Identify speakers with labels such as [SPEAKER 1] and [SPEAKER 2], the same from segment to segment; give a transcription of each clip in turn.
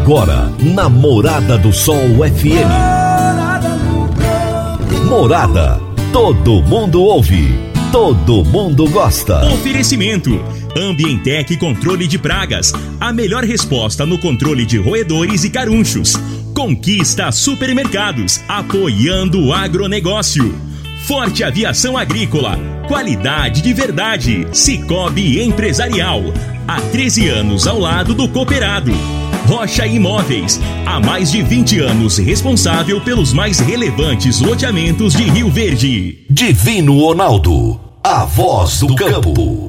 [SPEAKER 1] Agora, na Morada do Sol FM. Morada, todo mundo ouve, todo mundo gosta.
[SPEAKER 2] Oferecimento: Ambientec Controle de Pragas, a melhor resposta no controle de roedores e carunchos. Conquista Supermercados, apoiando o agronegócio. Forte Aviação Agrícola, qualidade de verdade. Cicobi Empresarial, há 13 anos ao lado do cooperado. Rocha Imóveis, há mais de 20 anos responsável pelos mais relevantes loteamentos de Rio Verde.
[SPEAKER 1] Divino Ronaldo, a voz do campo.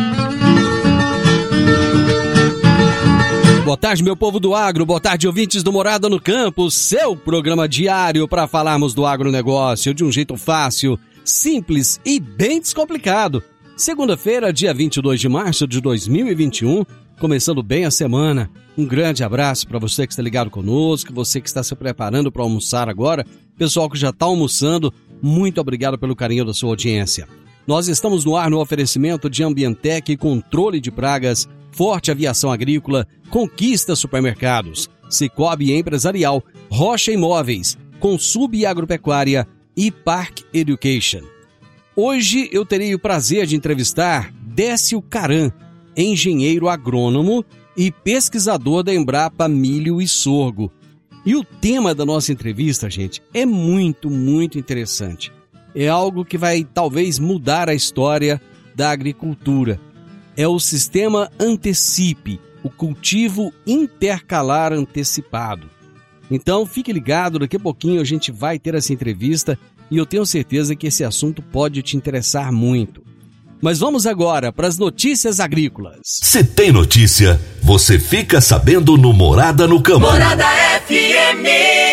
[SPEAKER 3] Boa tarde, meu povo do agro, boa tarde, ouvintes do Morada no Campo, seu programa diário para falarmos do agronegócio de um jeito fácil, simples e bem descomplicado. Segunda-feira, dia 22 de março de 2021, começando bem a semana. Um grande abraço para você que está ligado conosco, você que está se preparando para almoçar agora, pessoal que já está almoçando, muito obrigado pelo carinho da sua audiência. Nós estamos no ar no oferecimento de Ambientec Controle de Pragas, Forte Aviação Agrícola, Conquista Supermercados, Cicobi Empresarial, Rocha Imóveis, Consub Agropecuária e Park Education. Hoje eu terei o prazer de entrevistar Décio Caran, engenheiro agrônomo e pesquisador da Embrapa Milho e Sorgo. E o tema da nossa entrevista, gente, é muito interessante. É algo que vai talvez mudar a história da agricultura. É o sistema Antecipe, o cultivo intercalar antecipado. Então, fique ligado, daqui a pouquinho a gente vai ter essa entrevista e eu tenho certeza que esse assunto pode te interessar muito. Mas vamos agora para as notícias agrícolas.
[SPEAKER 1] Se tem notícia, você fica sabendo no Morada no Campo.
[SPEAKER 4] Morada FM!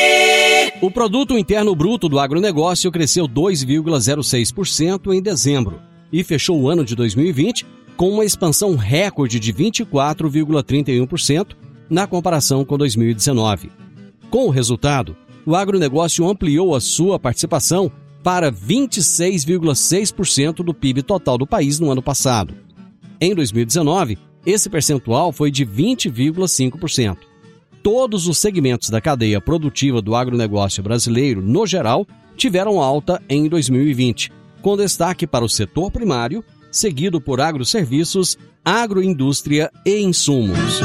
[SPEAKER 3] O Produto Interno Bruto do agronegócio cresceu 2,06% em dezembro e fechou o ano de 2020 com uma expansão recorde de 24,31% na comparação com 2019. Com o resultado, o agronegócio ampliou a sua participação para 26,6% do PIB total do país no ano passado. Em 2019, esse percentual foi de 20,5%. Todos os segmentos da cadeia produtiva do agronegócio brasileiro, no geral, tiveram alta em 2020, com destaque para o setor primário, seguido por agroserviços, agroindústria e insumos.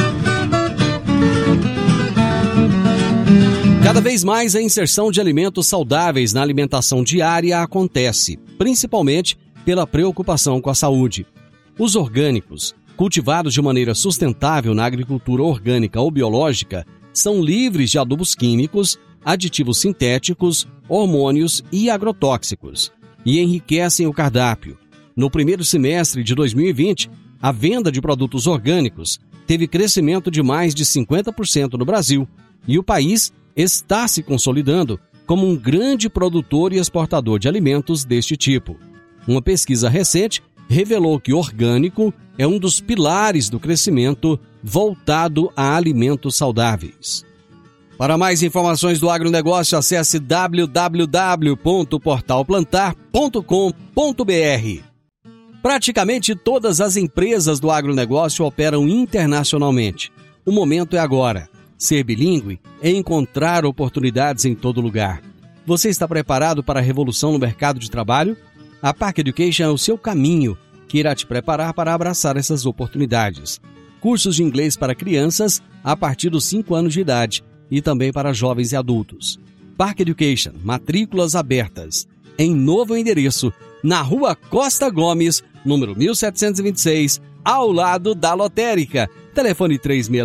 [SPEAKER 3] Cada vez mais a inserção de alimentos saudáveis na alimentação diária acontece, principalmente pela preocupação com a saúde. Os orgânicos, cultivados de maneira sustentável na agricultura orgânica ou biológica, são livres de adubos químicos, aditivos sintéticos, hormônios e agrotóxicos, e enriquecem o cardápio. No primeiro semestre de 2020, a venda de produtos orgânicos teve crescimento de mais de 50% no Brasil, e o país está se consolidando como um grande produtor e exportador de alimentos deste tipo. Uma pesquisa recente revelou que orgânico é um dos pilares do crescimento voltado a alimentos saudáveis. Para mais informações do agronegócio, acesse www.portalplantar.com.br. Praticamente todas as empresas do agronegócio operam internacionalmente. O momento é agora. Ser bilíngue é encontrar oportunidades em todo lugar. Você está preparado para a revolução no mercado de trabalho? A Park Education é o seu caminho, que irá te preparar para abraçar essas oportunidades. Cursos de inglês para crianças a partir dos 5 anos de idade e também para jovens e adultos. Park Education, matrículas abertas. Em novo endereço, na Rua Costa Gomes, número 1726, ao lado da Lotérica. Telefone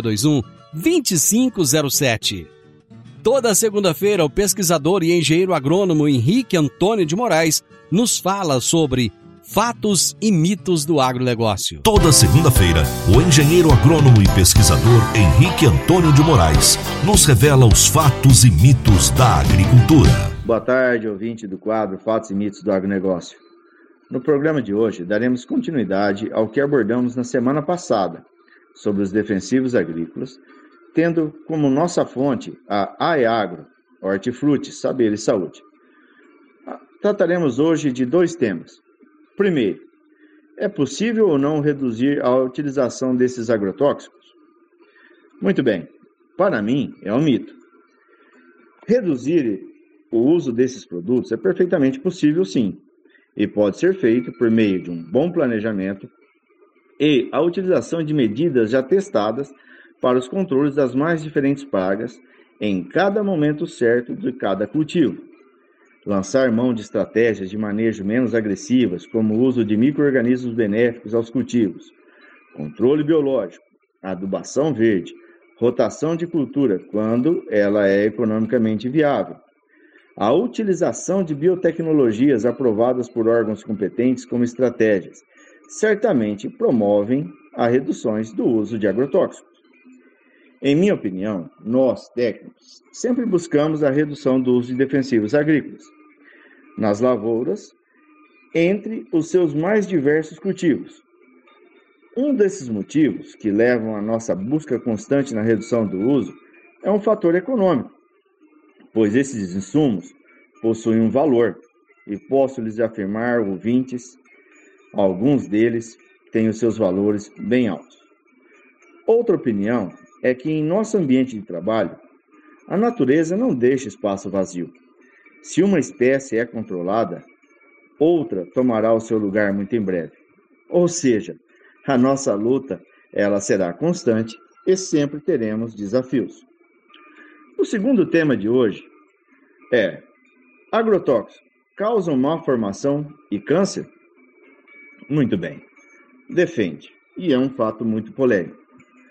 [SPEAKER 3] 3621-2507. Toda segunda-feira, o pesquisador e engenheiro agrônomo Henrique Antônio de Moraes nos fala sobre fatos e mitos do agronegócio.
[SPEAKER 1] Toda segunda-feira, o engenheiro agrônomo e pesquisador Henrique Antônio de Moraes nos revela os fatos e mitos da agricultura.
[SPEAKER 5] Boa tarde, ouvinte do quadro Fatos e Mitos do Agronegócio. No programa de hoje, daremos continuidade ao que abordamos na semana passada, sobre os defensivos agrícolas, tendo como nossa fonte a AEAGRO, Hortifruti, Saber e Saúde. Trataremos hoje de 2 temas. Primeiro, é possível ou não reduzir a utilização desses agrotóxicos? Muito bem, para mim, é um mito. Reduzir o uso desses produtos é perfeitamente possível, sim, e pode ser feito por meio de um bom planejamento e a utilização de medidas já testadas para os controles das mais diferentes pragas em cada momento certo de cada cultivo. Lançar mão de estratégias de manejo menos agressivas, como o uso de micro-organismos benéficos aos cultivos, controle biológico, adubação verde, rotação de cultura, quando ela é economicamente viável. A utilização de biotecnologias aprovadas por órgãos competentes como estratégias certamente promovem as reduções do uso de agrotóxicos. Em minha opinião, nós, técnicos, sempre buscamos a redução do uso de defensivos agrícolas nas lavouras entre os seus mais diversos cultivos. Um desses motivos que levam à nossa busca constante na redução do uso é um fator econômico, pois esses insumos possuem um valor e posso lhes afirmar, ouvintes, alguns deles têm os seus valores bem altos. Outra opinião é que em nosso ambiente de trabalho, a natureza não deixa espaço vazio. Se uma espécie é controlada, outra tomará o seu lugar muito em breve. Ou seja, a nossa luta ela será constante e sempre teremos desafios. O segundo tema de hoje é: agrotóxicos causam malformação e câncer? Muito bem, defende, e é um fato muito polêmico.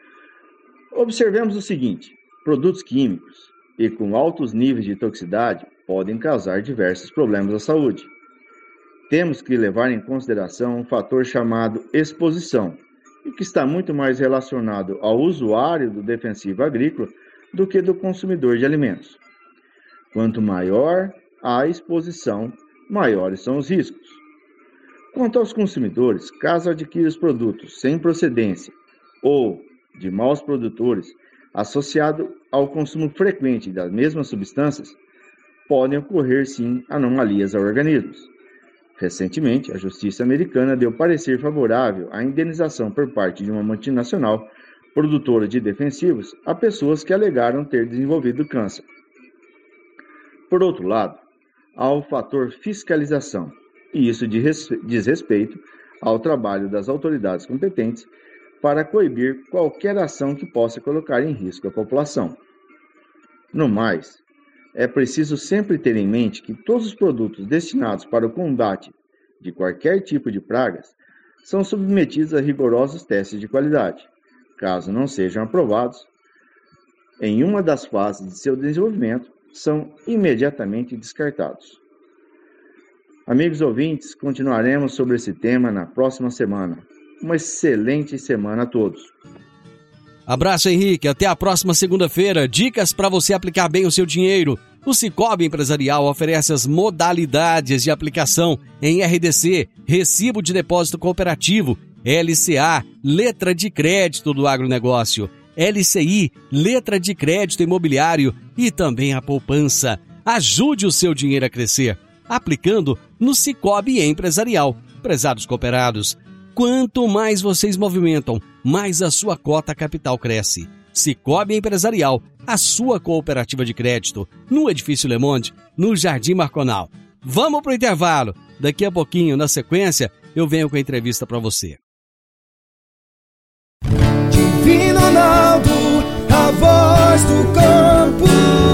[SPEAKER 5] Observemos o seguinte: produtos químicos e com altos níveis de toxicidade podem causar diversos problemas à saúde. Temos que levar em consideração um fator chamado exposição, e que está muito mais relacionado ao usuário do defensivo agrícola do que do consumidor de alimentos. Quanto maior a exposição, maiores são os riscos. Quanto aos consumidores, caso adquira os produtos sem procedência ou de maus produtores, associado ao consumo frequente das mesmas substâncias, podem ocorrer sim anomalias ao organismo. Recentemente, a Justiça Americana deu parecer favorável à indenização por parte de uma multinacional produtora de defensivos a pessoas que alegaram ter desenvolvido câncer. Por outro lado, há o fator fiscalização, e isso diz respeito ao trabalho das autoridades competentes para coibir qualquer ação que possa colocar em risco a população. No mais, é preciso sempre ter em mente que todos os produtos destinados para o combate de qualquer tipo de pragas são submetidos a rigorosos testes de qualidade. Caso não sejam aprovados, em uma das fases de seu desenvolvimento, são imediatamente descartados. Amigos ouvintes, continuaremos sobre esse tema na próxima semana. Uma excelente semana a todos.
[SPEAKER 3] Abraço, Henrique. Até a próxima segunda-feira. Dicas para você aplicar bem o seu dinheiro. O Sicoob Empresarial oferece as modalidades de aplicação em RDC, Recibo de Depósito Cooperativo, LCA, Letra de Crédito do Agronegócio, LCI, Letra de Crédito Imobiliário e também a poupança. Ajude o seu dinheiro a crescer, aplicando no Sicoob Empresarial. Prezados cooperados, quanto mais vocês movimentam, mais a sua cota capital cresce. Sicoob Empresarial, a sua cooperativa de crédito, no Edifício Le Monde, no Jardim Marconal. Vamos pro intervalo. Daqui a pouquinho, na sequência, eu venho com a entrevista para você.
[SPEAKER 4] Divino Ronaldo, a voz do campo.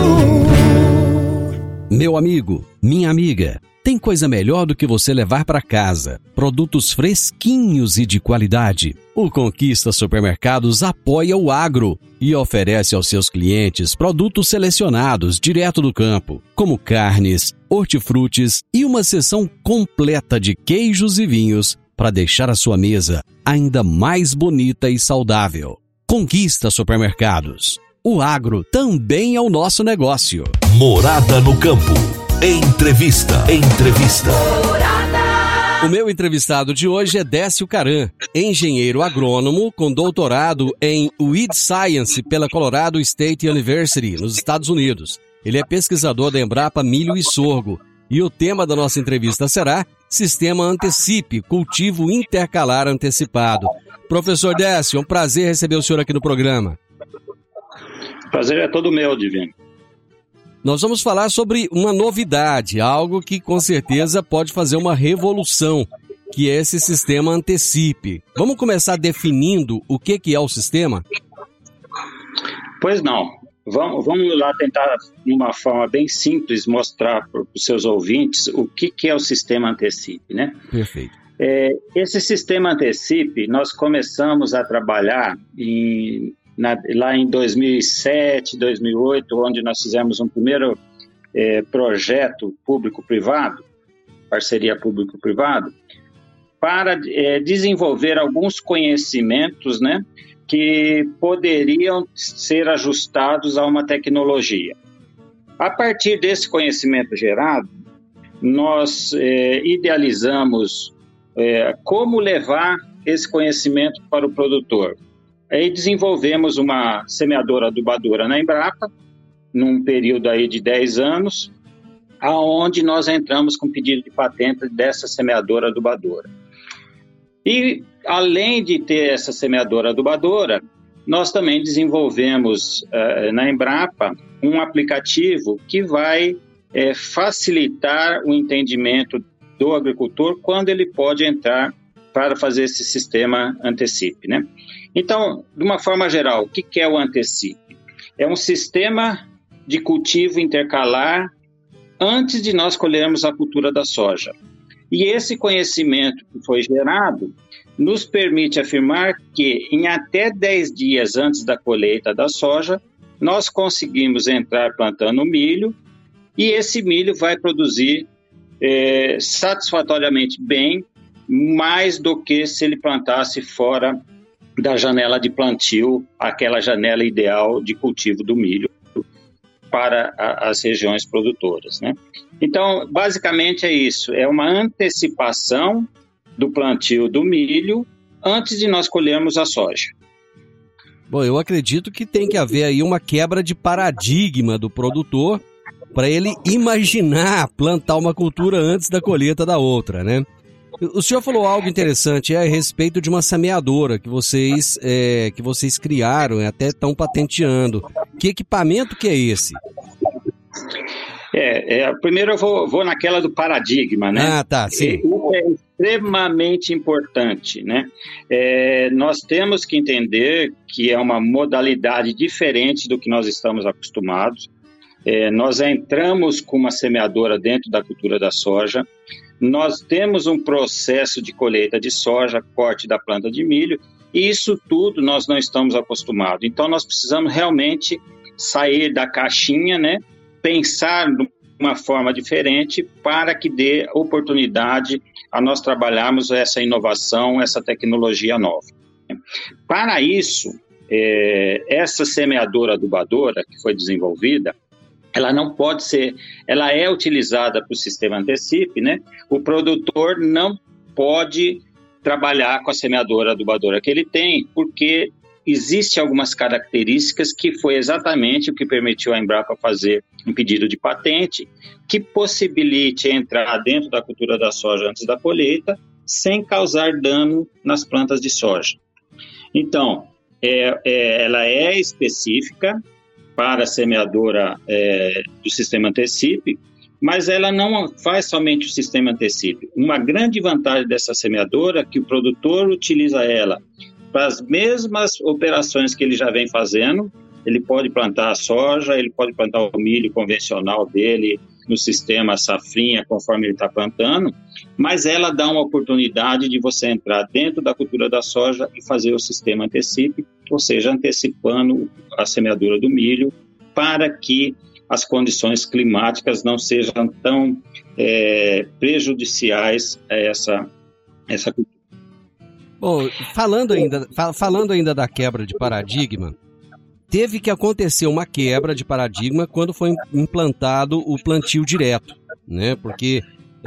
[SPEAKER 3] Meu amigo, minha amiga, tem coisa melhor do que você levar para casa produtos fresquinhos e de qualidade. O Conquista Supermercados apoia o agro e oferece aos seus clientes produtos selecionados direto do campo, como carnes, hortifrutis e uma seção completa de queijos e vinhos para deixar a sua mesa ainda mais bonita e saudável. Conquista Supermercados. O agro também é o nosso negócio.
[SPEAKER 1] Morada no Campo. Entrevista.
[SPEAKER 3] O meu entrevistado de hoje é Décio Caran, engenheiro agrônomo com doutorado em Weed Science pela Colorado State University, nos Estados Unidos. Ele é pesquisador da Embrapa Milho e Sorgo. E o tema da nossa entrevista será Sistema Antecipe, Cultivo Intercalar Antecipado. Professor Décio, é um prazer receber o senhor aqui no programa.
[SPEAKER 6] Prazer é todo meu, Divino.
[SPEAKER 3] Nós vamos falar sobre uma novidade, algo que com certeza pode fazer uma revolução, que é esse sistema Antecipe. Vamos começar definindo o que é o sistema?
[SPEAKER 6] Pois não. Vamos lá tentar, de uma forma bem simples, mostrar para os seus ouvintes o que é o sistema Antecipe, né?
[SPEAKER 3] Perfeito.
[SPEAKER 6] Esse sistema Antecipe, nós começamos a trabalhar lá em 2007, 2008, onde nós fizemos um primeiro projeto público-privado, parceria público-privado, para desenvolver alguns conhecimentos, né, que poderiam ser ajustados a uma tecnologia. A partir desse conhecimento gerado, nós idealizamos como levar esse conhecimento para o produtor. Aí desenvolvemos uma semeadora adubadora na Embrapa, num período aí de 10 anos, aonde nós entramos com pedido de patente dessa semeadora adubadora. E, além de ter essa semeadora adubadora, nós também desenvolvemos na Embrapa um aplicativo que vai facilitar o entendimento do agricultor quando ele pode entrar para fazer esse sistema Antecipe, né? Então, de uma forma geral, o que é o Antecipe? É um sistema de cultivo intercalar antes de nós colhermos a cultura da soja. E esse conhecimento que foi gerado nos permite afirmar que em até 10 dias antes da colheita da soja, nós conseguimos entrar plantando milho e esse milho vai produzir satisfatoriamente bem, mais do que se ele plantasse fora da janela de plantio, aquela janela ideal de cultivo do milho para as regiões produtoras, né? Então, basicamente é isso, é uma antecipação do plantio do milho antes de nós colhermos a soja.
[SPEAKER 3] Bom, eu acredito que tem que haver aí uma quebra de paradigma do produtor para ele imaginar plantar uma cultura antes da colheita da outra, né? O senhor falou algo interessante a respeito de uma semeadora que vocês criaram, até estão patenteando. Que equipamento que é esse?
[SPEAKER 6] Primeiro eu vou naquela do paradigma, né?
[SPEAKER 3] Ah, tá, sim.
[SPEAKER 6] Isso é extremamente importante, né? Nós temos que entender que é uma modalidade diferente do que nós estamos acostumados. Nós entramos com uma semeadora dentro da cultura da soja, nós temos um processo de colheita de soja, corte da planta de milho, e isso tudo nós não estamos acostumados. Então, nós precisamos realmente sair da caixinha, né? Pensar de uma forma diferente para que dê oportunidade a nós trabalharmos essa inovação, essa tecnologia nova. Para isso, essa semeadora adubadora que foi desenvolvida, ela não pode ser, ela é utilizada para o sistema Antecipe, né? O produtor não pode trabalhar com a semeadora adubadora que ele tem, porque existem algumas características que foi exatamente o que permitiu a Embrapa fazer um pedido de patente que possibilite entrar dentro da cultura da soja antes da colheita sem causar dano nas plantas de soja. Então, ela é específica para a semeadora do sistema Antecipe, mas ela não faz somente o sistema Antecipe. Uma grande vantagem dessa semeadora é que o produtor utiliza ela para as mesmas operações que ele já vem fazendo. Ele pode plantar a soja, ele pode plantar o milho convencional dele no sistema safrinha, conforme ele está plantando, mas ela dá uma oportunidade de você entrar dentro da cultura da soja e fazer o sistema Antecipe, ou seja, antecipando a semeadura do milho para que as condições climáticas não sejam tão prejudiciais a essa cultura.
[SPEAKER 3] Bom, falando ainda da quebra de paradigma, teve que acontecer uma quebra de paradigma quando foi implantado o plantio direto, né? Porque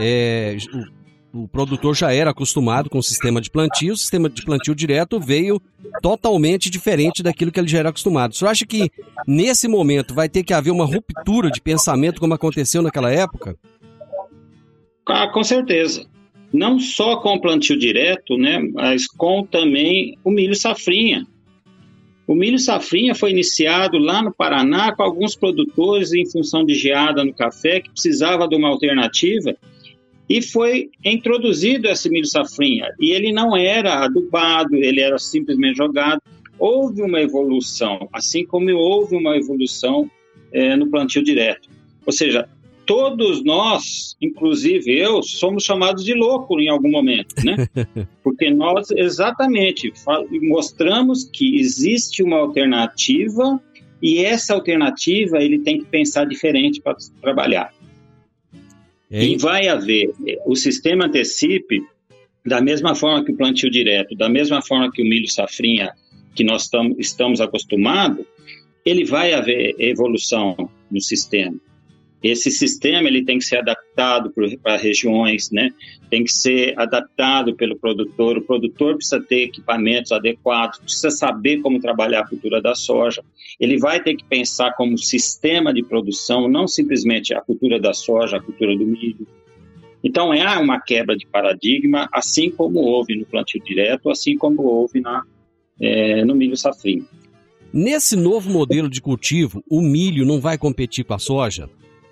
[SPEAKER 3] o produtor já era acostumado com o sistema de plantio direto veio totalmente diferente daquilo que ele já era acostumado. O senhor acha que nesse momento vai ter que haver uma ruptura de pensamento como aconteceu naquela época?
[SPEAKER 6] Com certeza. Não só com o plantio direto, né, mas com também o milho safrinha. O milho safrinha foi iniciado lá no Paraná com alguns produtores em função de geada no café que precisava de uma alternativa e foi introduzido esse milho safrinha. E ele não era adubado, ele era simplesmente jogado. Houve uma evolução, assim como houve uma evolução no plantio direto. Ou seja, todos nós, inclusive eu, somos chamados de louco em algum momento, né? Porque nós, exatamente, mostramos que existe uma alternativa e essa alternativa ele tem que pensar diferente para trabalhar. E vai haver o sistema Antecipe, da mesma forma que o plantio direto, da mesma forma que o milho safrinha, que nós estamos acostumados, ele vai haver evolução no sistema. Esse sistema ele tem que ser adaptado para regiões, né? Tem que ser adaptado pelo produtor. O produtor precisa ter equipamentos adequados, precisa saber como trabalhar a cultura da soja. Ele vai ter que pensar como sistema de produção, não simplesmente a cultura da soja, a cultura do milho. Então, há uma quebra de paradigma, assim como houve no plantio direto, assim como houve no milho safrinha.
[SPEAKER 3] Nesse novo modelo de cultivo, o milho não vai competir com a soja?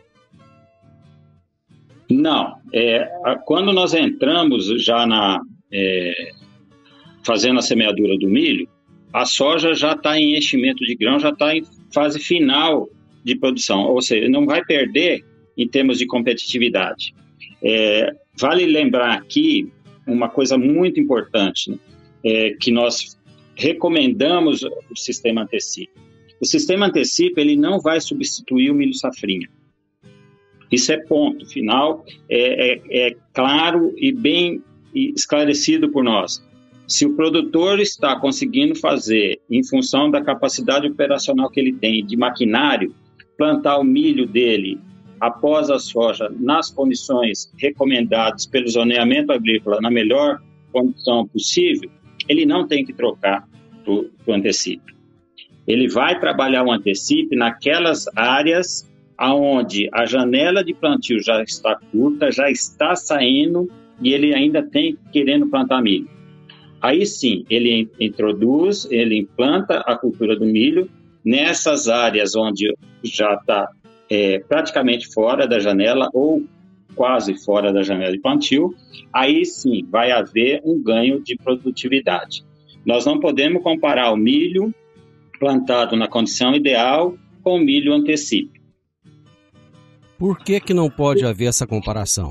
[SPEAKER 6] Não. Quando nós entramos já fazendo a semeadura do milho, a soja já está em enchimento de grão, já está em fase final de produção, ou seja, não vai perder em termos de competitividade. Vale lembrar aqui uma coisa muito importante, né? Que nós recomendamos o sistema Antecipe. O sistema Antecipe ele não vai substituir o milho safrinha. Isso é ponto final, claro e bem esclarecido por nós. Se o produtor está conseguindo fazer, em função da capacidade operacional que ele tem de maquinário, plantar o milho dele após a soja nas condições recomendadas pelo zoneamento agrícola, na melhor condição possível, ele não tem que trocar para o Antecipe. Ele vai trabalhar o Antecipe naquelas áreas onde a janela de plantio já está curta, já está saindo e ele ainda tem querendo plantar milho. Aí sim, ele introduz, ele implanta a cultura do milho nessas áreas onde já está praticamente fora da janela ou quase fora da janela de plantio. Aí sim, vai haver um ganho de produtividade. Nós não podemos comparar o milho plantado na condição ideal com o milho Antecipe.
[SPEAKER 3] Por que não pode haver essa comparação?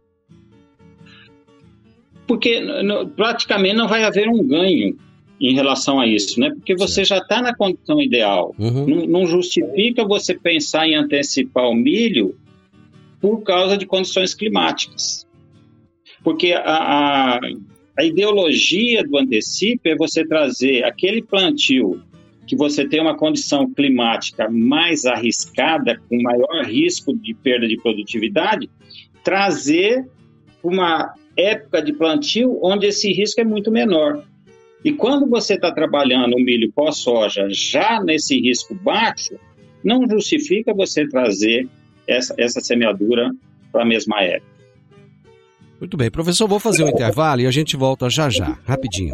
[SPEAKER 6] Porque praticamente não vai haver um ganho em relação a isso, né? Porque você já está na condição ideal. Uhum. Não justifica você pensar em antecipar o milho por causa de condições climáticas. Porque a ideologia do Antecipe é você trazer aquele plantio que você tem uma condição climática mais arriscada, com maior risco de perda de produtividade, trazer uma época de plantio onde esse risco é muito menor. E quando você está trabalhando o milho pós-soja já nesse risco baixo, não justifica você trazer essa semeadura para a mesma época.
[SPEAKER 3] Muito bem, professor, vou fazer um intervalo e a gente volta já, rapidinho.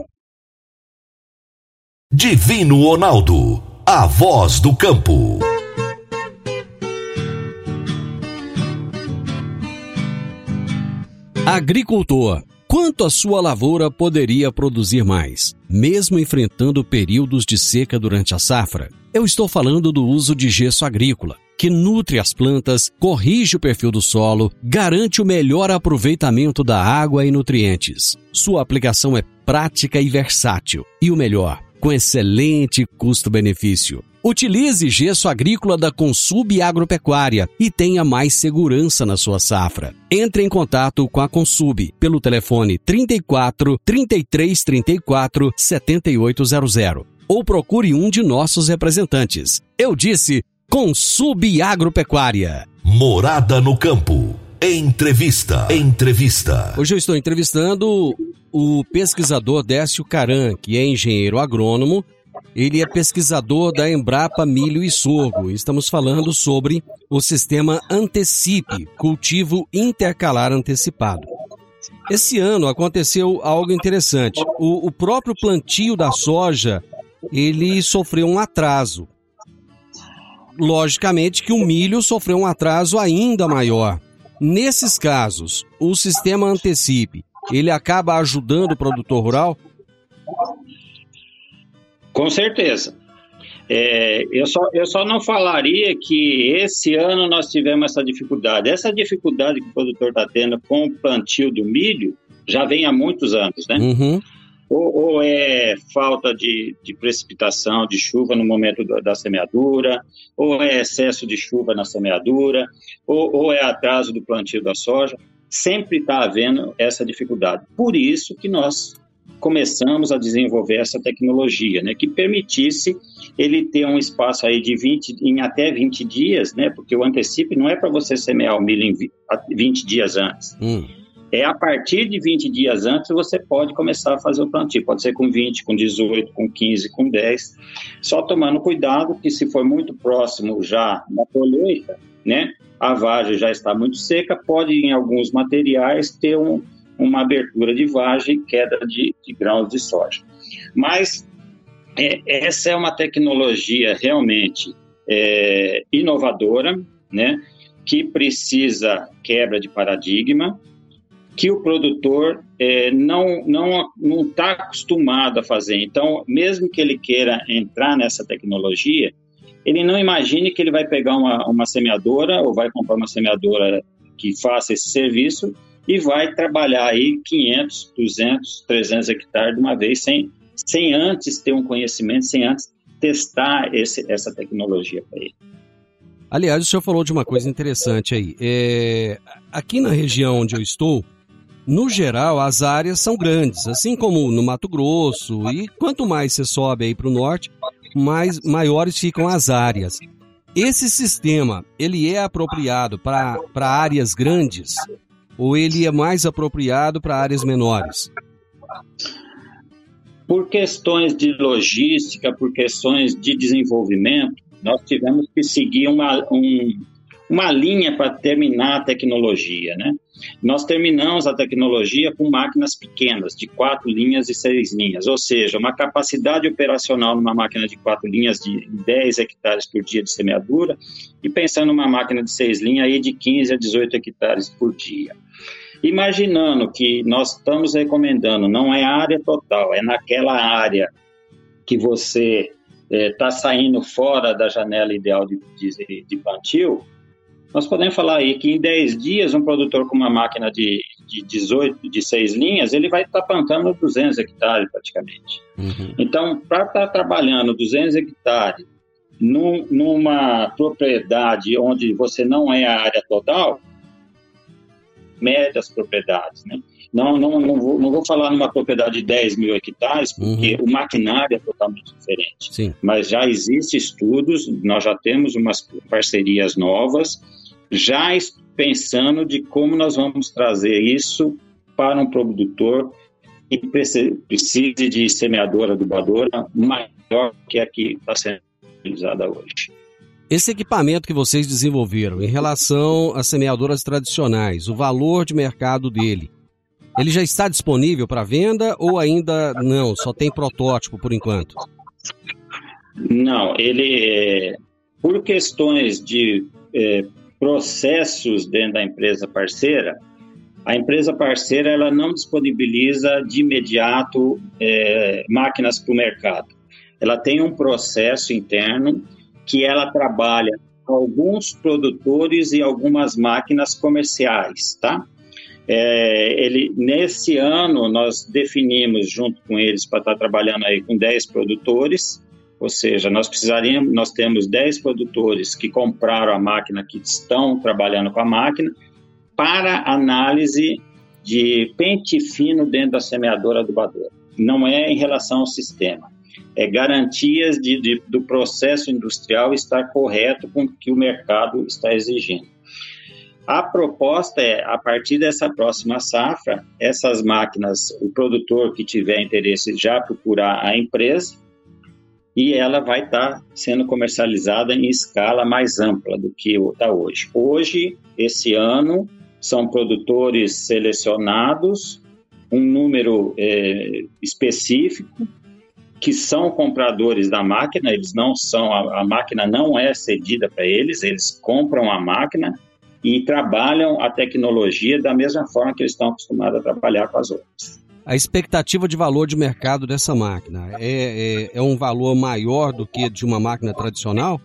[SPEAKER 1] Divino Ronaldo, a voz do campo.
[SPEAKER 3] Agricultor, quanto a sua lavoura poderia produzir mais, mesmo enfrentando períodos de seca durante a safra? Eu estou falando do uso de gesso agrícola, que nutre as plantas, corrige o perfil do solo, garante o melhor aproveitamento da água e nutrientes. Sua aplicação é prática e versátil. E o melhor, com excelente custo-benefício. Utilize gesso agrícola da Consub Agropecuária e tenha mais segurança na sua safra. Entre em contato com a Consub pelo telefone 34 33 34 7800 ou procure um de nossos representantes. Eu disse Consub Agropecuária.
[SPEAKER 1] Morada no Campo. Entrevista.
[SPEAKER 3] Hoje eu estou entrevistando o pesquisador Décio Caran, que é engenheiro agrônomo. Ele é pesquisador da Embrapa Milho e Sorgo. Estamos falando sobre o sistema Antecipe, cultivo intercalar antecipado. Esse ano aconteceu algo interessante. O próprio plantio da soja ele sofreu um atraso. Logicamente que o milho sofreu um atraso ainda maior. Nesses casos, o sistema Antecipe, ele acaba ajudando o produtor rural?
[SPEAKER 6] Com certeza. Eu só não falaria que esse ano nós tivemos essa dificuldade. Essa dificuldade que o produtor está tendo com o plantio do milho já vem há muitos anos, né?
[SPEAKER 3] Uhum.
[SPEAKER 6] Ou é falta de precipitação, de chuva no momento da semeadura, ou é excesso de chuva na semeadura, ou é atraso do plantio da soja. Sempre está havendo essa dificuldade. Por isso que nós começamos a desenvolver essa tecnologia, né, que permitisse ele ter um espaço aí de em até 20 dias, né, porque o Antecipe não é para você semear o milho em 20 dias antes. É a partir de 20 dias antes você pode começar a fazer o plantio. Pode ser com 20, com 18, com 15, com 10. Só tomando cuidado que se for muito próximo já da colheita, né, a vagem já está muito seca, pode em alguns materiais ter uma abertura de vagem e queda de grãos de soja. Mas essa é uma tecnologia realmente inovadora, né, que precisa quebra de paradigma, que o produtor não está acostumado a fazer. Então, mesmo que ele queira entrar nessa tecnologia, ele não imagine que ele vai pegar uma semeadora ou vai comprar uma semeadora que faça esse serviço e vai trabalhar aí 500, 200, 300 hectares de uma vez, sem antes ter um conhecimento, sem antes testar essa tecnologia para ele.
[SPEAKER 3] Aliás, o senhor falou de uma coisa interessante aí. Aqui na região onde eu estou, no geral, as áreas são grandes, assim como no Mato Grosso, e quanto mais você sobe aí para o norte, maiores ficam as áreas. Esse sistema, ele é apropriado para áreas grandes ou ele é mais apropriado para áreas menores?
[SPEAKER 6] Por questões de logística, por questões de desenvolvimento, nós tivemos que seguir uma linha para terminar a tecnologia, né? Nós terminamos a tecnologia com máquinas pequenas, de 4 linhas e 6 linhas, ou seja, uma capacidade operacional numa máquina de 4 linhas de 10 hectares por dia de semeadura e pensando numa máquina de 6 linhas aí de 15 a 18 hectares por dia. Imaginando que nós estamos recomendando, não é a área total, é naquela área que você está saindo fora da janela ideal de plantio, nós podemos falar aí que em 10 dias um produtor com uma máquina de 6 linhas, ele vai estar plantando 200 hectares praticamente. Uhum. Então, para estar trabalhando 200 hectares numa propriedade onde você não é a área total, médias propriedades, né? Não vou falar numa propriedade de 10 mil hectares, porque o maquinário é totalmente diferente.
[SPEAKER 3] Sim.
[SPEAKER 6] Mas já existem estudos, nós já temos umas parcerias novas, já pensando de como nós vamos trazer isso para um produtor que precise de semeadora adubadora maior que a que está sendo utilizada hoje.
[SPEAKER 3] Esse equipamento que vocês desenvolveram em relação às semeadoras tradicionais, o valor de mercado dele, ele já está disponível para venda ou ainda não? Só tem protótipo por enquanto?
[SPEAKER 6] Não, ele por questões de processos dentro da empresa parceira, a empresa parceira ela não disponibiliza de imediato máquinas para o mercado. Ela tem um processo interno que ela trabalha com alguns produtores e algumas máquinas comerciais, tá? Nesse ano, nós definimos junto com eles para estar trabalhando aí com 10 produtores, ou seja, nós temos 10 produtores que compraram a máquina, que estão trabalhando com a máquina, para análise de pente fino dentro da semeadora adubadora. Não é em relação ao sistema, é garantias do processo industrial estar correto com o que o mercado está exigindo. A proposta é, a partir dessa próxima safra, essas máquinas, o produtor que tiver interesse já procurar a empresa e ela vai estar sendo comercializada em escala mais ampla do que está hoje. Hoje, esse ano, são produtores selecionados, um número específico, que são compradores da máquina, eles não são, a máquina não é cedida para eles compram a máquina e trabalham a tecnologia da mesma forma que eles estão acostumados a trabalhar com as outras.
[SPEAKER 3] A expectativa de valor de mercado dessa máquina é um valor maior do que de uma máquina tradicional?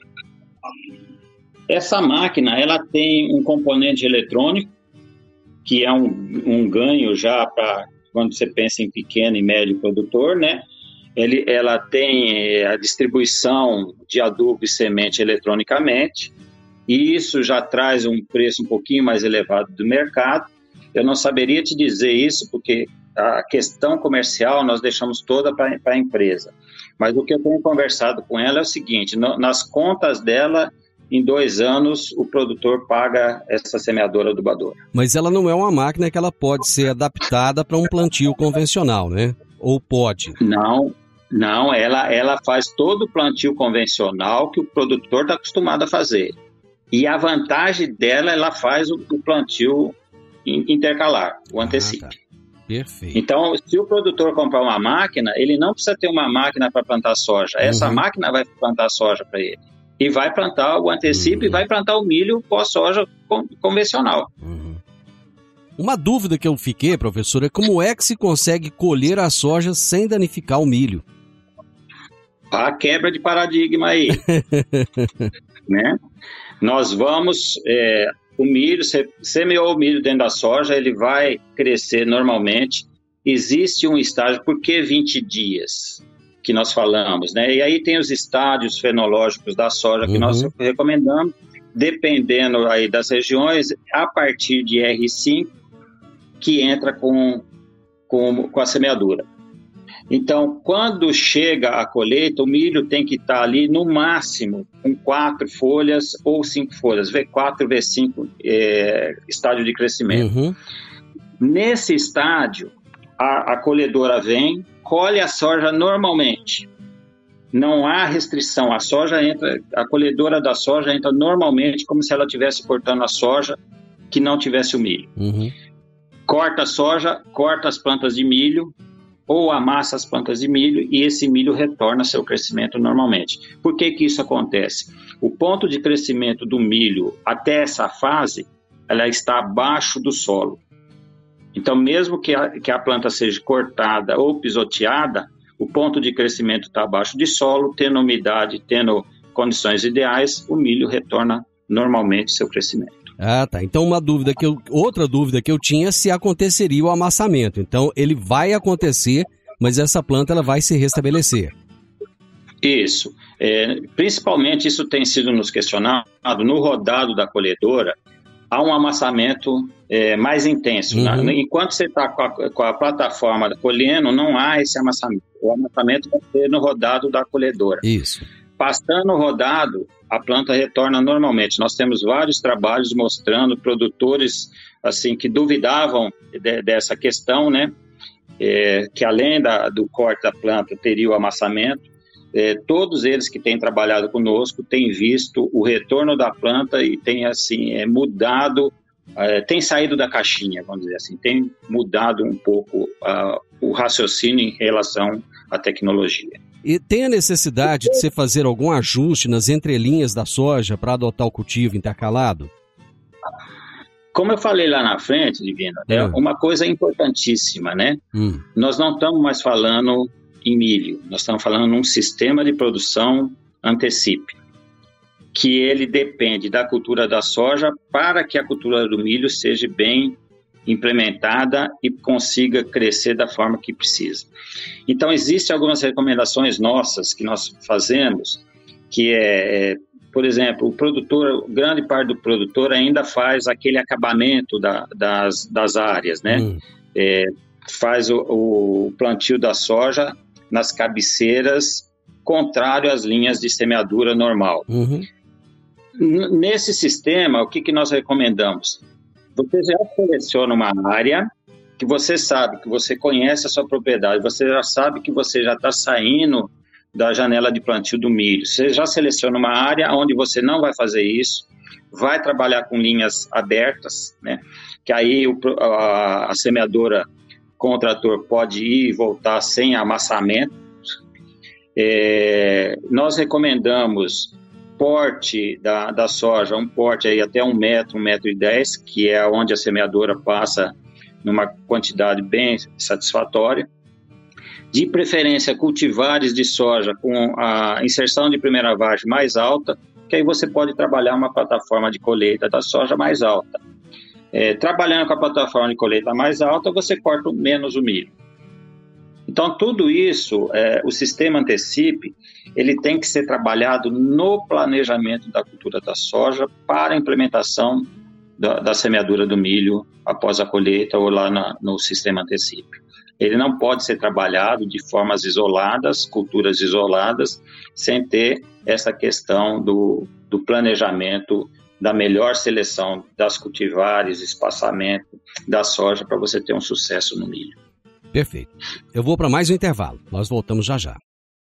[SPEAKER 6] Essa máquina, ela tem um componente eletrônico, que é um ganho já para quando você pensa em pequeno e médio produtor, né? Ela tem a distribuição de adubo e semente eletronicamente, e isso já traz um preço um pouquinho mais elevado do mercado. Eu não saberia te dizer isso, porque a questão comercial nós deixamos toda para a empresa. Mas o que eu tenho conversado com ela é o seguinte, nas contas dela, em 2 anos, o produtor paga essa semeadora adubadora.
[SPEAKER 3] Mas ela não é uma máquina que ela pode ser adaptada para um plantio convencional, né? Ou pode?
[SPEAKER 6] Não, ela faz todo o plantio convencional que o produtor está acostumado a fazer. E a vantagem dela, ela faz o plantio intercalar, o antecipe.
[SPEAKER 3] Tá. Perfeito.
[SPEAKER 6] Então, se o produtor comprar uma máquina, ele não precisa ter uma máquina para plantar soja. Essa máquina vai plantar soja para ele. E vai plantar o antecipe e vai plantar o milho pós-soja convencional.
[SPEAKER 3] Uma dúvida que eu fiquei, professor, é como é que se consegue colher a soja sem danificar o milho?
[SPEAKER 6] A quebra de paradigma aí. Né? Nós vamos... o milho, você semeou o milho dentro da soja, ele vai crescer normalmente. Existe um estágio, por que 20 dias que nós falamos, né? E aí tem os estádios fenológicos da soja que nós recomendamos, dependendo aí das regiões, a partir de R5, que entra com a semeadura. Então, quando chega a colheita, o milho tem que estar ali no máximo com 4 folhas ou 5 folhas, V4, V5, estádio de crescimento. Nesse estádio, a colhedora vem, colhe a soja normalmente. Não há restrição, a colhedora da soja entra normalmente como se ela estivesse cortando a soja que não tivesse o milho. Corta a soja, corta as plantas de milho, ou amassa as plantas de milho e esse milho retorna seu crescimento normalmente. Por que isso acontece? O ponto de crescimento do milho até essa fase, ela está abaixo do solo. Então, mesmo que a planta seja cortada ou pisoteada, o ponto de crescimento está abaixo de solo, tendo umidade, tendo condições ideais, o milho retorna normalmente seu crescimento.
[SPEAKER 3] Ah, tá. Então outra dúvida que eu tinha é se aconteceria o amassamento. Então ele vai acontecer, mas essa planta ela vai se restabelecer.
[SPEAKER 6] Isso. Principalmente isso tem sido nos questionado no rodado da colhedora, há um amassamento mais intenso. Enquanto você está com a plataforma colhendo, não há esse amassamento. O amassamento vai ser no rodado da colhedora.
[SPEAKER 3] Isso.
[SPEAKER 6] Passando o rodado, a planta retorna normalmente. Nós temos vários trabalhos mostrando produtores assim, que duvidavam dessa questão, né? Que além do corte da planta teria o amassamento. Todos eles que têm trabalhado conosco têm visto o retorno da planta e têm assim, mudado, tem saído da caixinha, vamos dizer assim, tem mudado um pouco o raciocínio em relação à tecnologia.
[SPEAKER 3] E tem a necessidade de você fazer algum ajuste nas entrelinhas da soja para adotar o cultivo intercalado?
[SPEAKER 6] Como eu falei lá na frente, Divino, é uma coisa importantíssima, né? Nós não estamos mais falando em milho, nós estamos falando num sistema de produção antecipe, que ele depende da cultura da soja para que a cultura do milho seja bem implementada e consiga crescer da forma que precisa. Então, existem algumas recomendações nossas que nós fazemos, que por exemplo, o produtor, grande parte do produtor ainda faz aquele acabamento das áreas, né? Faz o plantio da soja nas cabeceiras, contrário às linhas de semeadura normal. Nesse sistema, o que nós recomendamos? Você já seleciona uma área que você sabe, que você conhece a sua propriedade, você já sabe que você já está saindo da janela de plantio do milho. Você já seleciona uma área onde você não vai fazer isso, vai trabalhar com linhas abertas, né? Que aí a semeadora com o trator pode ir e voltar sem amassamento, Nós recomendamos porte da soja, um porte aí até 1 metro, 1,10 m, que é onde a semeadora passa numa quantidade bem satisfatória. De preferência, cultivares de soja com a inserção de primeira vagem mais alta, que aí você pode trabalhar uma plataforma de colheita da soja mais alta. Trabalhando com a plataforma de colheita mais alta, você corta menos o milho. Então, tudo isso, o sistema Antecipe, ele tem que ser trabalhado no planejamento da cultura da soja para a implementação da semeadura do milho após a colheita ou lá no sistema Antecipe. Ele não pode ser trabalhado de formas isoladas, culturas isoladas, sem ter essa questão do planejamento, da melhor seleção das cultivares, espaçamento da soja para você ter um sucesso no milho.
[SPEAKER 3] Perfeito. Eu vou para mais um intervalo. Nós voltamos já já.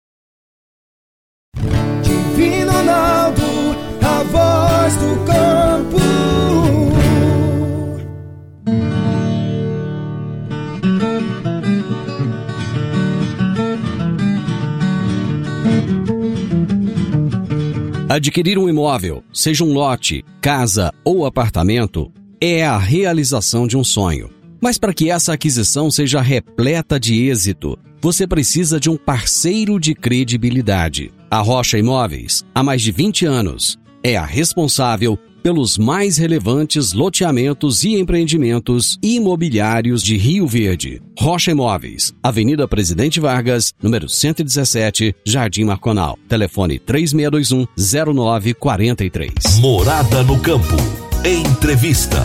[SPEAKER 4] Divino Ronaldo, a voz do campo.
[SPEAKER 3] Adquirir um imóvel, seja um lote, casa ou apartamento, é a realização de um sonho. Mas para que essa aquisição seja repleta de êxito, você precisa de um parceiro de credibilidade. A Rocha Imóveis, há mais de 20 anos, é a responsável pelos mais relevantes loteamentos e empreendimentos imobiliários de Rio Verde. Rocha Imóveis, Avenida Presidente Vargas, número 117, Jardim Marconal. Telefone 3621-0943.
[SPEAKER 1] Morada no Campo. Entrevista.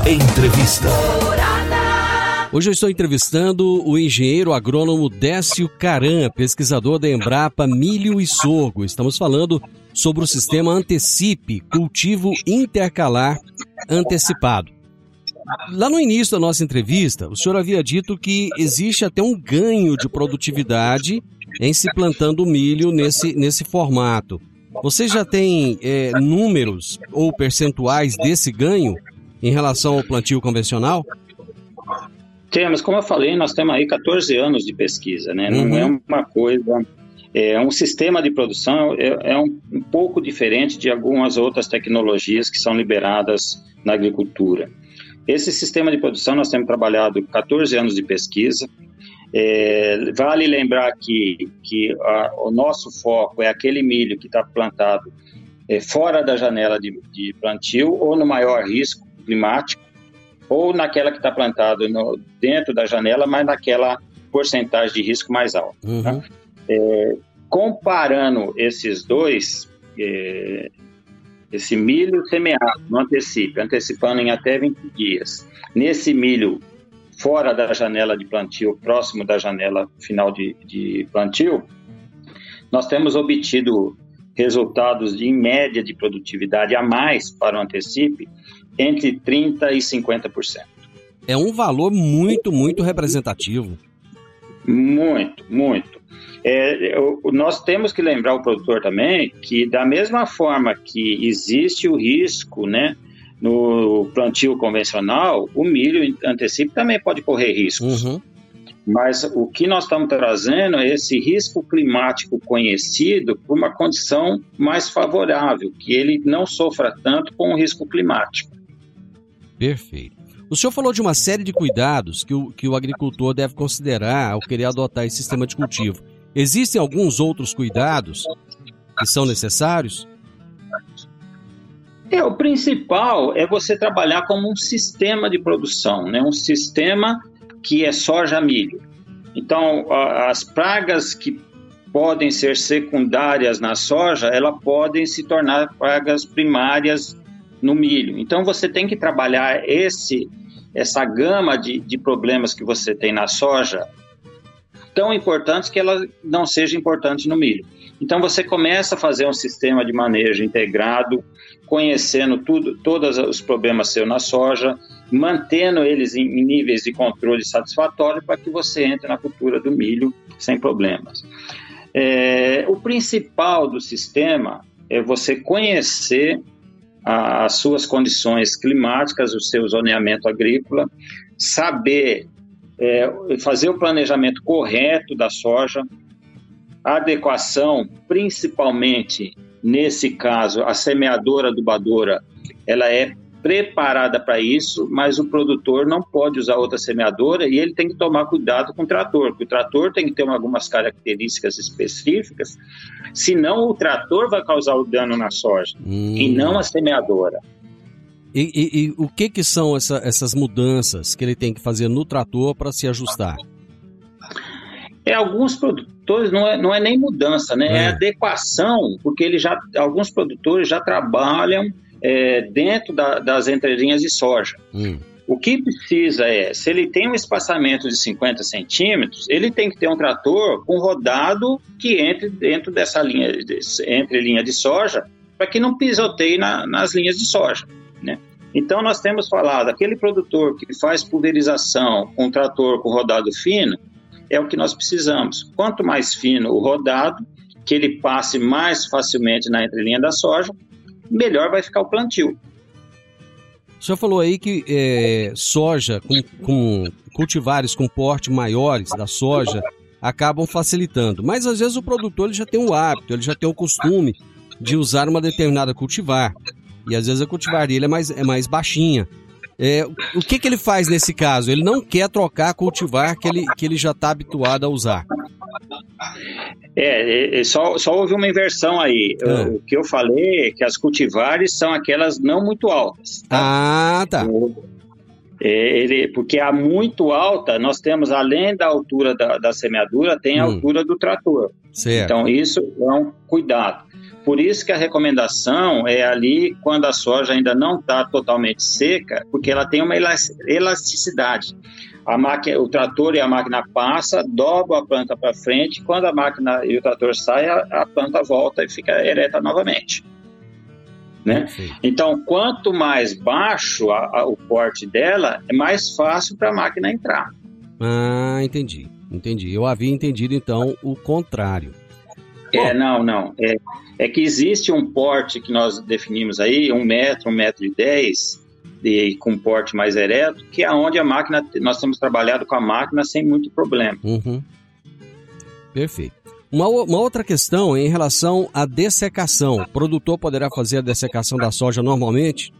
[SPEAKER 3] Hoje eu estou entrevistando o engenheiro agrônomo Décio Caram, pesquisador da Embrapa Milho e Sorgo. Estamos falando sobre o sistema Antecipe, cultivo intercalar antecipado. Lá no início da nossa entrevista, o senhor havia dito que existe até um ganho de produtividade em se plantando milho nesse formato. Você já tem números ou percentuais desse ganho em relação ao plantio convencional?
[SPEAKER 6] Temos, como eu falei, nós temos aí 14 anos de pesquisa, né? Não é uma coisa... um sistema de produção um pouco diferente de algumas outras tecnologias que são liberadas na agricultura. Esse sistema de produção nós temos trabalhado 14 anos de pesquisa. Vale lembrar que o nosso foco é aquele milho que está plantado fora da janela de plantio ou no maior risco climático, ou naquela que está plantado dentro da janela, mas naquela porcentagem de risco mais alta. Tá? Comparando esses dois, esse milho semeado no Antecipe, antecipando em até 20 dias, nesse milho fora da janela de plantio, próximo da janela final de plantio, nós temos obtido resultados em média de produtividade a mais para o Antecipe, entre 30% e 50%.
[SPEAKER 3] É um valor muito, muito representativo.
[SPEAKER 6] Muito, muito. Nós temos que lembrar o produtor também que, da mesma forma que existe o risco, né, no plantio convencional, o milho Antecipe também pode correr riscos. Mas o que nós estamos trazendo é esse risco climático conhecido por uma condição mais favorável, que ele não sofra tanto com o risco climático.
[SPEAKER 3] Perfeito. O senhor falou de uma série de cuidados que o agricultor deve considerar ao querer adotar esse sistema de cultivo. Existem alguns outros cuidados que são necessários?
[SPEAKER 6] O principal é você trabalhar como um sistema de produção, né? Um sistema que é soja-milho. Então, as pragas que podem ser secundárias na soja, elas podem se tornar pragas primárias no milho. Então, você tem que trabalhar essa gama de problemas que você tem na soja, tão importantes que ela não seja importante no milho. Então, você começa a fazer um sistema de manejo integrado, conhecendo todos os problemas seus na soja, mantendo eles em níveis de controle satisfatório para que você entre na cultura do milho sem problemas. O principal do sistema é você conhecer as suas condições climáticas, o seu zoneamento agrícola, saber fazer o planejamento correto da soja, A adequação, principalmente nesse caso, a semeadora adubadora, ela é preparada para isso, mas o produtor não pode usar outra semeadora e ele tem que tomar cuidado com o trator, porque o trator tem que ter algumas características específicas, senão o trator vai causar o dano na soja e não a semeadora.
[SPEAKER 3] E o que são essas mudanças que ele tem que fazer no trator para se ajustar?
[SPEAKER 6] Alguns produtores não é nem mudança, né? É adequação, porque alguns produtores já trabalham dentro das entrelinhas de soja. O que precisa se ele tem um espaçamento de 50 centímetros, ele tem que ter um trator com rodado que entre dentro dessa linha, entre linha de soja, para que não pisoteie nas linhas de soja, né? Então, nós temos falado, aquele produtor que faz pulverização com um trator com rodado fino, é o que nós precisamos. Quanto mais fino o rodado, que ele passe mais facilmente na entrelinha da soja, melhor vai ficar o plantio.
[SPEAKER 3] O senhor falou aí que soja, com cultivares com porte maiores da soja, acabam facilitando. Mas às vezes o produtor ele já tem um hábito, ele já tem o costume de usar uma determinada cultivar. E às vezes a cultivar dele é mais baixinha. O que ele faz nesse caso? Ele não quer trocar a cultivar que ele já está habituado a usar.
[SPEAKER 6] Só houve uma inversão aí. O que eu falei é que as cultivares são aquelas não muito altas.
[SPEAKER 3] Tá? Tá.
[SPEAKER 6] Porque a muito alta, nós temos, além da altura da semeadura, tem a altura do trator.
[SPEAKER 3] Certo.
[SPEAKER 6] Então, isso é um cuidado. Por isso que a recomendação é ali quando a soja ainda não está totalmente seca, porque ela tem uma elasticidade. O trator e a máquina passa, dobra a planta para frente, quando a máquina e o trator saem, a planta volta e fica ereta novamente. Né? Então, quanto mais baixo o porte dela, é mais fácil para a máquina entrar.
[SPEAKER 3] Entendi. Eu havia entendido, então, o contrário.
[SPEAKER 6] Não. É que existe um porte que nós definimos aí, 1 metro, 1,10 m, com porte mais ereto, que é onde a máquina, nós temos trabalhado com a máquina sem muito problema.
[SPEAKER 3] Perfeito. Uma outra questão é em relação à dessecação. O produtor poderá fazer a dessecação da soja normalmente?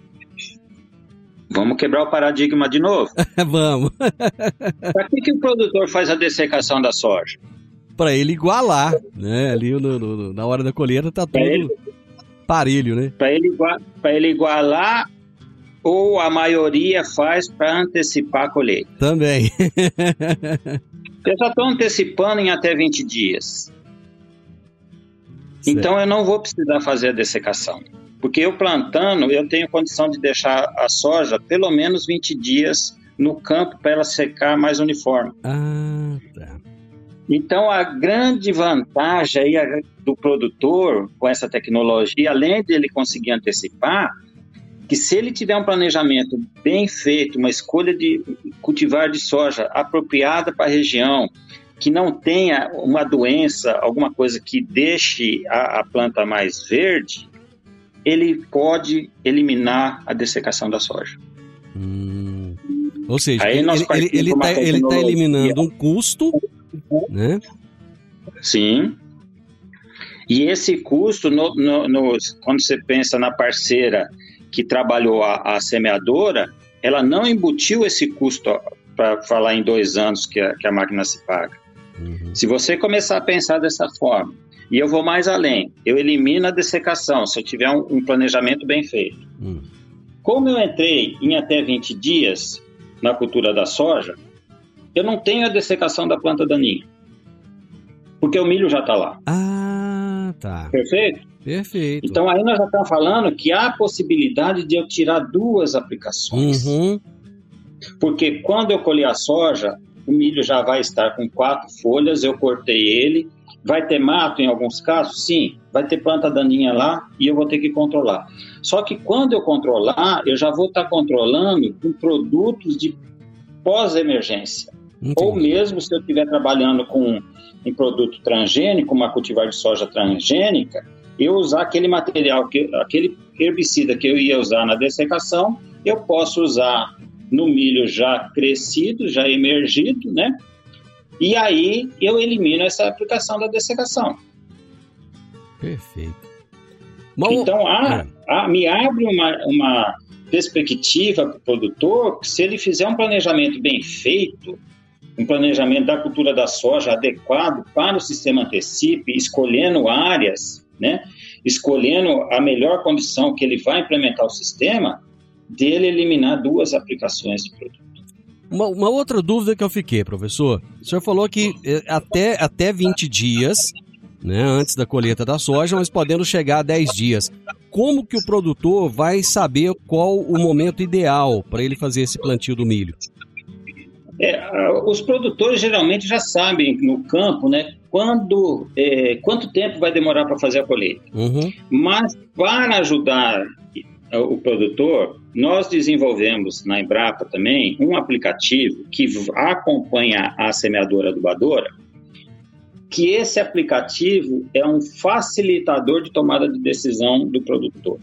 [SPEAKER 6] Vamos quebrar o paradigma de novo?
[SPEAKER 3] Vamos.
[SPEAKER 6] Para que o produtor faz a dessecação da soja?
[SPEAKER 3] Para ele igualar, né? Ali na hora da colheita tá tudo parelho, né?
[SPEAKER 6] Para ele igualar, ou a maioria faz para antecipar a colheita?
[SPEAKER 3] Também.
[SPEAKER 6] Eu já estou antecipando em até 20 dias. Certo. Então eu não vou precisar fazer a dessecação. Porque eu plantando, eu tenho condição de deixar a soja pelo menos 20 dias no campo para ela secar mais uniforme.
[SPEAKER 3] Tá.
[SPEAKER 6] Então, a grande vantagem aí do produtor com essa tecnologia, além de ele conseguir antecipar, que se ele tiver um planejamento bem feito, uma escolha de cultivar de soja apropriada para a região, que não tenha uma doença, alguma coisa que deixe a planta mais verde, ele pode eliminar a dessecação da soja.
[SPEAKER 3] Ou seja, ele está eliminando um custo, né?
[SPEAKER 6] Sim. E esse custo, quando você pensa na parceira que trabalhou a semeadora, ela não embutiu esse custo para falar em 2 anos que a máquina se paga. Se você começar a pensar dessa forma, e eu vou mais além, eu elimino a dessecação, se eu tiver um planejamento bem feito. Como eu entrei em até 20 dias na cultura da soja, eu não tenho a dessecação da planta daninha, porque o milho já está lá.
[SPEAKER 3] Tá.
[SPEAKER 6] Perfeito?
[SPEAKER 3] Perfeito.
[SPEAKER 6] Então aí nós já estamos falando que há a possibilidade de eu tirar 2 aplicações. Porque quando eu colher a soja, o milho já vai estar com 4 folhas, eu cortei ele, vai ter mato em alguns casos? Sim, vai ter planta daninha lá e eu vou ter que controlar. Só que quando eu controlar, eu já vou estar controlando com produtos de pós-emergência. Ou mesmo se eu estiver trabalhando com um produto transgênico, uma cultivar de soja transgênica, eu usar aquele material, aquele herbicida que eu ia usar na dessecação, eu posso usar no milho já crescido, já emergido, né? e aí eu elimino essa aplicação da dessecação.
[SPEAKER 3] Perfeito.
[SPEAKER 6] Então, me abre uma perspectiva para o produtor que, se ele fizer um planejamento bem feito, um planejamento da cultura da soja adequado para o sistema Antecipe, escolhendo áreas, né, escolhendo a melhor condição que ele vai implementar o sistema, dele eliminar 2 aplicações de produto.
[SPEAKER 3] Uma outra dúvida que eu fiquei, professor. O senhor falou que até 20 dias, né, antes da colheita da soja, mas podendo chegar a 10 dias. Como que o produtor vai saber qual o momento ideal para ele fazer esse plantio do milho?
[SPEAKER 6] Os produtores geralmente já sabem no campo, né, quanto tempo vai demorar para fazer a colheita.
[SPEAKER 3] Uhum.
[SPEAKER 6] Mas para ajudar o produtor, nós desenvolvemos na Embrapa também um aplicativo que acompanha a semeadora adubadora, que esse aplicativo é um facilitador de tomada de decisão do produtor.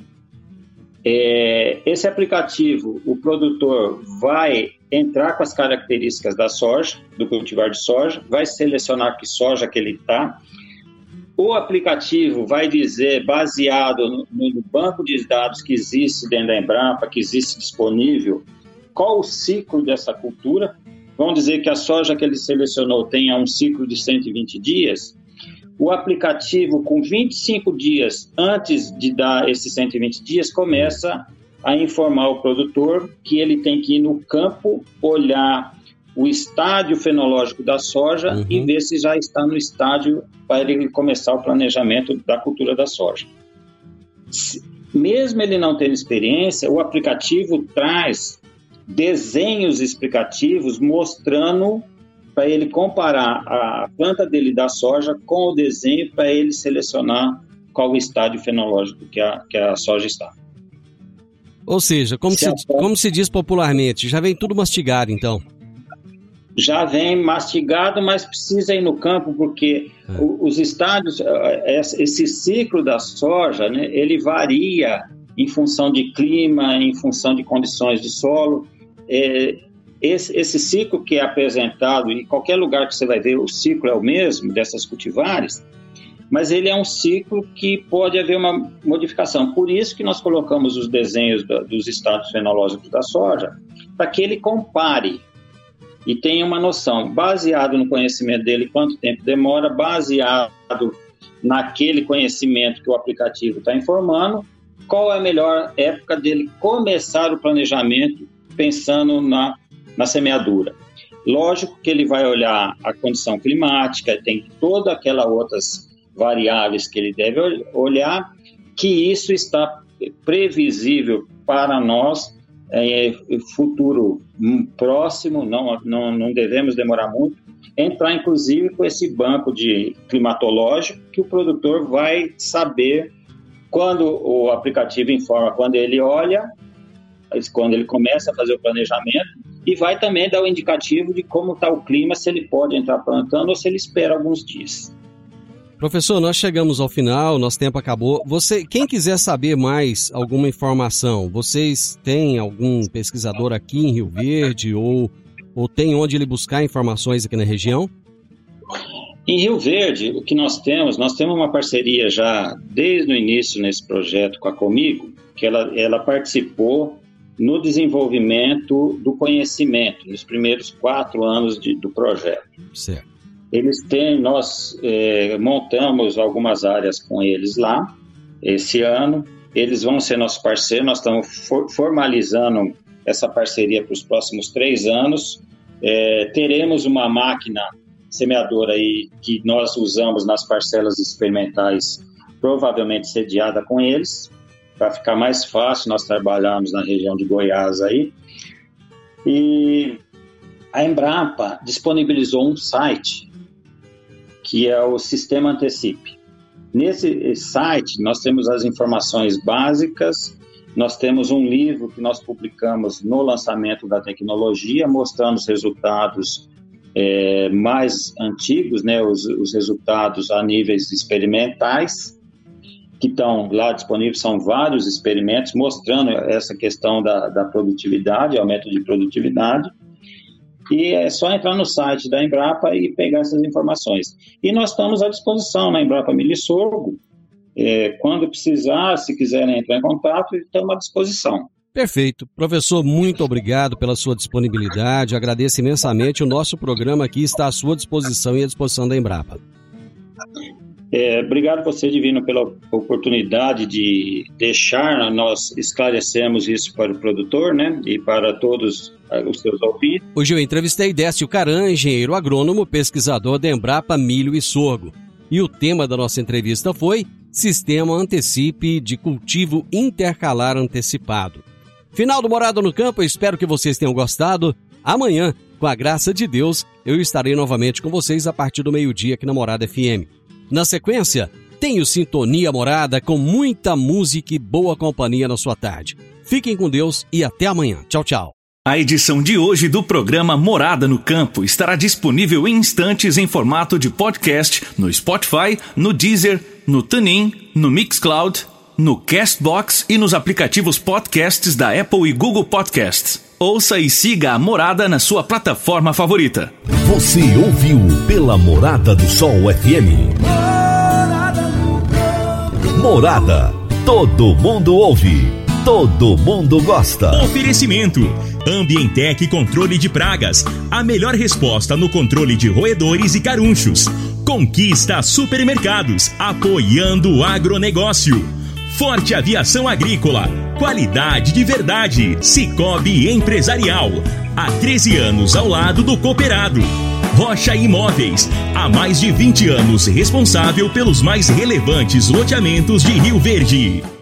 [SPEAKER 6] Esse aplicativo, o produtor vai entrar com as características da soja, do cultivar de soja, vai selecionar que soja que ele está. O aplicativo vai dizer, baseado no banco de dados que existe dentro da Embrapa, que existe disponível, qual o ciclo dessa cultura. Vamos dizer que a soja que ele selecionou tenha um ciclo de 120 dias. O aplicativo, com 25 dias antes de dar esses 120 dias, começa a informar o produtor que ele tem que ir no campo, olhar o estádio fenológico da soja e ver se já está no estádio para ele começar o planejamento da cultura da soja. Mesmo ele não tendo experiência, o aplicativo traz desenhos explicativos mostrando para ele comparar a planta dele da soja com o desenho para ele selecionar qual o estádio fenológico que a soja está.
[SPEAKER 3] Ou seja, como se diz popularmente, já vem tudo mastigado então?
[SPEAKER 6] Já vem mastigado, mas precisa ir no campo, porque os estádios, esse ciclo da soja, né, ele varia em função de clima, em função de condições de solo. Esse ciclo que é apresentado, em qualquer lugar que você vai ver, o ciclo é o mesmo dessas cultivares, mas ele é um ciclo que pode haver uma modificação. Por isso que nós colocamos os desenhos dos estádios fenológicos da soja, para que ele compare e tenha uma noção, baseado no conhecimento dele, quanto tempo demora, baseado naquele conhecimento que o aplicativo está informando, qual é a melhor época dele começar o planejamento pensando na semeadura. Lógico que ele vai olhar a condição climática, tem todas aquelas outras variáveis que ele deve olhar, que isso está previsível para nós, futuro próximo, não devemos demorar muito, entrar inclusive com esse banco de climatológico que o produtor vai saber quando o aplicativo informa, quando ele olha, quando ele começa a fazer o planejamento, e vai também dar o indicativo de como está o clima, se ele pode entrar plantando ou se ele espera alguns dias.
[SPEAKER 3] Professor, nós chegamos ao final, nosso tempo acabou. Quem quiser saber mais alguma informação, vocês têm algum pesquisador aqui em Rio Verde ou tem onde ele buscar informações aqui na região?
[SPEAKER 6] Em Rio Verde, o que nós temos uma parceria já desde o início nesse projeto com a Comigo, que ela participou no desenvolvimento do conhecimento, nos primeiros 4 anos do projeto.
[SPEAKER 3] Certo.
[SPEAKER 6] Nós montamos algumas áreas com eles lá, esse ano. Eles vão ser nossos parceiros, nós estamos formalizando essa parceria para os próximos 3 anos. Teremos uma máquina semeadora aí que nós usamos nas parcelas experimentais, provavelmente sediada com eles, para ficar mais fácil nós trabalharmos na região de Goiás aí. E a Embrapa disponibilizou um site que é o Sistema Antecipe. Nesse site nós temos as informações básicas, nós temos um livro que nós publicamos no lançamento da tecnologia, mostrando os resultados mais antigos, né, os resultados a níveis experimentais, que estão lá disponíveis, são vários experimentos mostrando essa questão da produtividade, aumento de produtividade. E é só entrar no site da Embrapa e pegar essas informações. E nós estamos à disposição na Embrapa Milho e Sorgo. Quando precisar, se quiserem entrar em contato, estamos à disposição.
[SPEAKER 3] Perfeito. Professor, muito obrigado pela sua disponibilidade. Agradeço imensamente. O nosso programa aqui está à sua disposição e à disposição da Embrapa.
[SPEAKER 6] Obrigado a você, Divino, pela oportunidade de deixar nós esclarecermos isso para o produtor, né, e para todos os seus ouvintes.
[SPEAKER 3] Hoje eu entrevistei Décio Caran, engenheiro agrônomo, pesquisador da Embrapa Milho e Sorgo. E o tema da nossa entrevista foi Sistema Antecipe de Cultivo Intercalar Antecipado. Final do Morada no Campo, eu espero que vocês tenham gostado. Amanhã, com a graça de Deus, eu estarei novamente com vocês a partir do meio-dia aqui na Morada FM. Na sequência, tenho Sintonia Morada com muita música e boa companhia na sua tarde. Fiquem com Deus e até amanhã. Tchau, tchau.
[SPEAKER 2] A edição de hoje do programa Morada no Campo estará disponível em instantes em formato de podcast no Spotify, no Deezer, no TuneIn, no Mixcloud, no Castbox e nos aplicativos podcasts da Apple e Google Podcasts. Ouça e siga a Morada na sua plataforma favorita.
[SPEAKER 1] Você ouviu pela Morada do Sol FM. Morada. Todo mundo ouve. Todo mundo gosta.
[SPEAKER 2] Oferecimento. Ambientec Controle de Pragas. A melhor resposta no controle de roedores e carunchos. Conquista Supermercados. Apoiando o agronegócio. Forte Aviação Agrícola. Qualidade de verdade. Cicobi Empresarial. Há 13 anos ao lado do cooperado. Rocha Imóveis. Há mais de 20 anos responsável pelos mais relevantes loteamentos de Rio Verde.